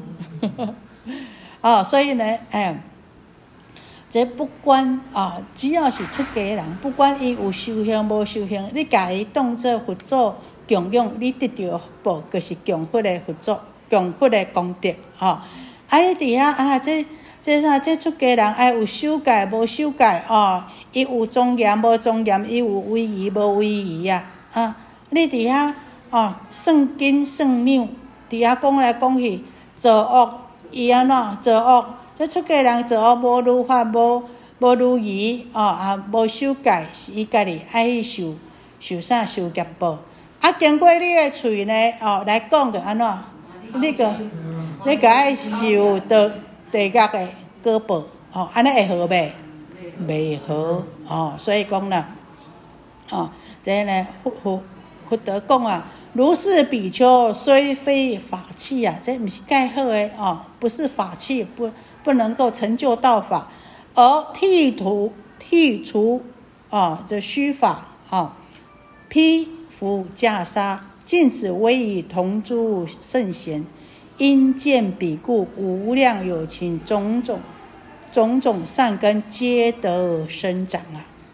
哦，所以呢，这不管只要是出家人，不管伊有修行无修行，你家己当做佛祖供养，你得到福报，就是供佛的佛祖，供佛的功德你伫遐这出家人有修戒无修戒伊有庄严无庄严，伊有威仪无威仪你伫遐算紧算两，伫遐讲来讲去做恶，伊安怎做恶？这出家人做恶无如法无如仪无修戒，是伊家己爱去受啥受业报。经过你的喙呢来讲就安怎？你个爱受到地狱的果报安尼会好袂？袂好所以讲啦这呢佛陀讲如是比丘虽非法器这不是介好的不是法器，不能够成就道法，而剔除这虚法披服袈裟，禁止威仪同诸圣贤，因见彼故，无量有情种种善根皆得生长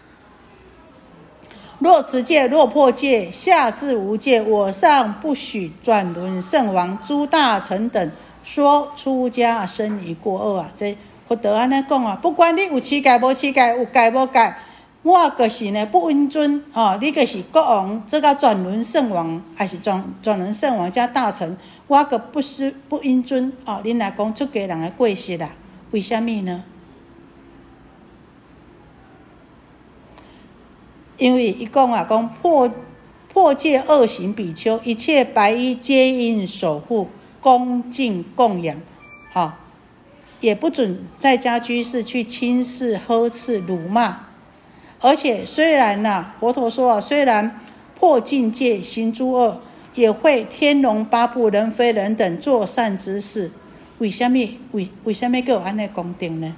若持戒，若破戒，下至无戒，我上不许转轮圣王、诸大臣等说出家生于过恶这佛陀安尼讲不管你有持戒无持戒，有戒无戒，我就是呢不允准你就是国王，这个转轮圣王还是转轮圣王加大臣，我个不允准恁来讲出家人的过失啦。为什么呢？因为伊讲破戒恶行比丘，一切白衣皆应守护恭敬供养也不准在家居士去轻视呵斥辱骂。而且虽然佛陀说虽然破禁戒行诸恶，也会天龙八部人非人等做善之事。为什么还有安尼功德呢？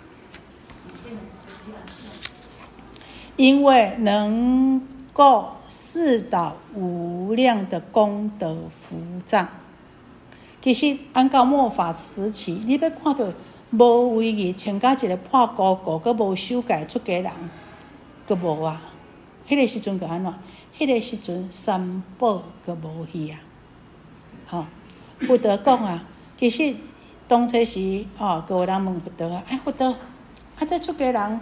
因为能够示导无量的功德福障。其实按到末法时期，你要看到无威仪穿甲一个破鼓鼓，佮无修戒出家人，佮无迄个时阵佮安怎？迄个时阵三宝佮无去佛陀讲其实当初时各有人问佛陀佛陀这出家人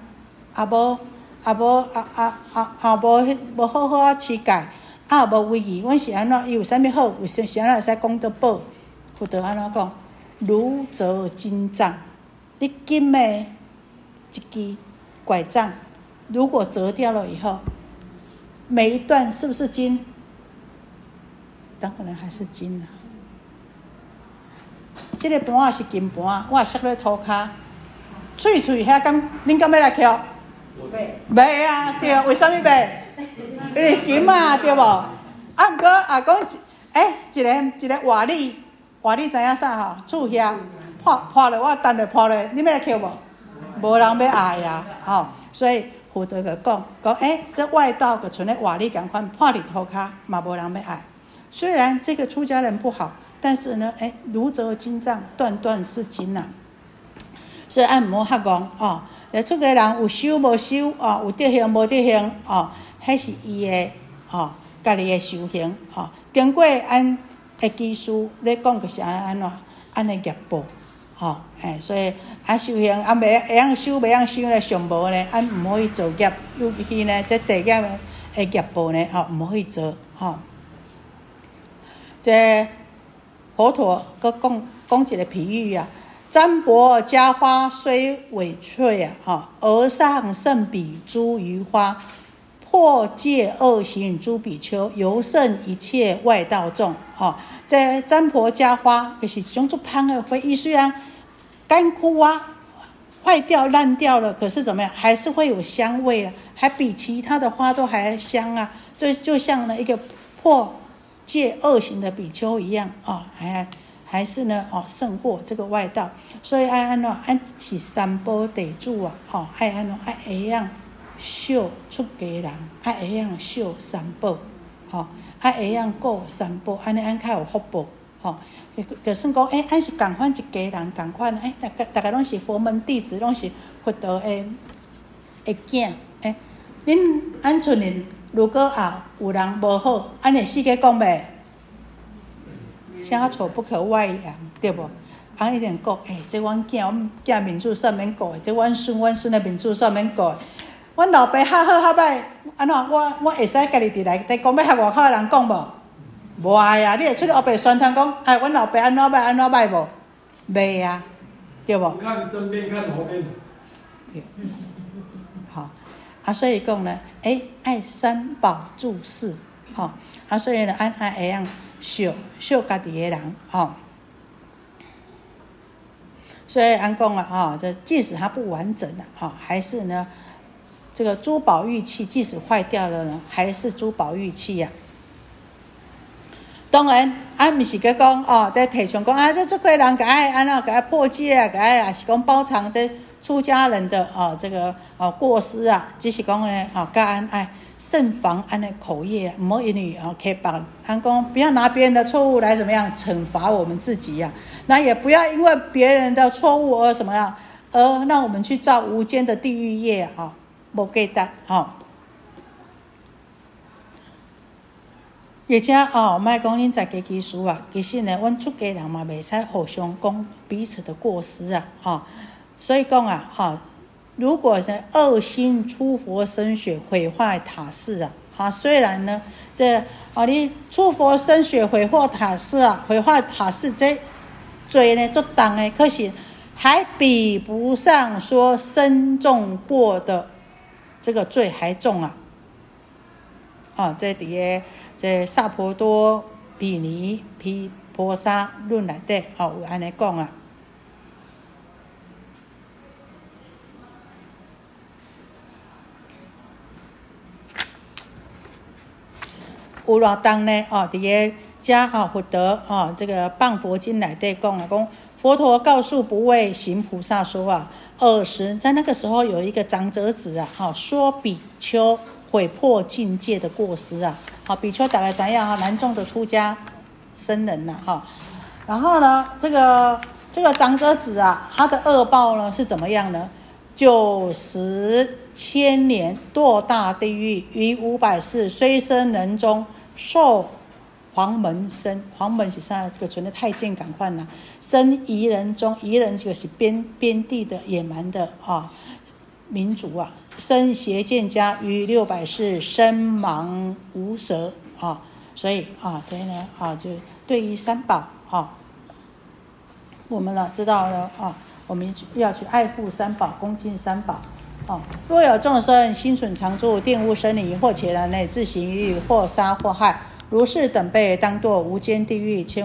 无好好持戒无威仪，阮是安怎？伊有啥物好？为什么会使功德报？佛陀安怎讲？如折金杖，你金的一支拐杖，如果折掉了以后，每一段是不是金？当然还是金这个盘是金盘，我塞在涂骹，喙遐敢恁敢要来捡？袂对，为什么袂？因为金对无？毋过讲一个活理知影啥厝遐破了，我等下破了，你要来捡无？无人要爱所以佛陀就讲这外道就像咧活理同款，破伫涂骹嘛无人要爱。虽然这个出家人不好，但是呢如折金杖，段段是金所以毋好瞎讲出家人有修无修有德行无德行迄是伊的家己的修行经过的技术咧讲，就是安尼业报所以修行袂会晓修袂晓修咧，上无咧毋好去做业，尤其呢这地业的业报呢毋好去做这佛陀佮讲一个比喻占卜迦花虽苇翠而上胜比诸余花，破戒恶行诸比丘，尤胜一切外道众这占卜迦花就是一种足香的花，伊虽然干枯坏掉烂掉了，可是怎么样，还是会有香味啊，还比其他的花都还香啊。就像呢一个破戒恶行的比丘一样啊，还是呢胜过这个外道。所以爱安怎安是三宝地主啊，爱安怎爱会样修出家人，爱会样修三宝，爱会样过三宝，安尼安较有福报。就算讲俺是共款一家人，共款大家拢是佛门弟子，拢是佛道的囝。恁安厝里如果有人无好，安尼四界讲袂？家丑不可外扬，对不？一定讲，这阮囝面子上免顾的，这阮孙的面子上免顾的。阮老爸较好较歹，安怎我会使家己伫内底讲，要向外口的人讲无？无爱啊！你会出去后边宣传讲，阮老爸安怎歹无？袂啊，对无？ 看正面，看后面。 对，好所以讲呢，爱三宝注释，所以呢，按会样修家己的人，所以按讲啊，这即使它不完整了还是呢，这个珠宝玉器即使坏掉了呢，还是珠宝玉器呀。当然，不是个讲在提倡讲这个人给爱安怎给爱破戒啊，给爱也是讲包藏这出家人的这个过失啊，只是讲呢教安爱慎防安的口业，唔好因为可以把安讲不要拿别人的错误来怎么样惩罚我们自己呀，那也不要因为别人的错误而什么样，而让我们去造无间的地狱业无记得而且莫讲恁在家己事啊，其实呢，阮出家人嘛袂使互相讲彼此的过失所以讲如果是恶心出佛身血毁坏塔寺虽然呢你出佛身血毁坏塔寺毁坏塔寺这罪呢足重的，可是还比不上说身中过的这个罪还重这伫这萨婆多比尼毗婆沙论内底有安尼讲有偌重呢伫个加佛德这个谤佛经内底讲讲佛陀告诉不畏行菩萨说20在那个时候有一个长者子说比丘毁破境界的过失比丘大概知影南众的出家僧人然后呢这个长者子他的恶报呢是怎么样呢？90千年堕大地狱，于500世虽生人中受黄门生，黄门是啥？这个存的太监赶快啦，生夷人中，夷人就是边地的野蛮的民族生邪见家，于600世身盲无舌所以这呢就对于三宝我们知道了我们要去爱护三宝，恭敬三宝若有众生心存常住，定无生理，或且然内自行于或杀或害，如是等辈当堕无间地狱，千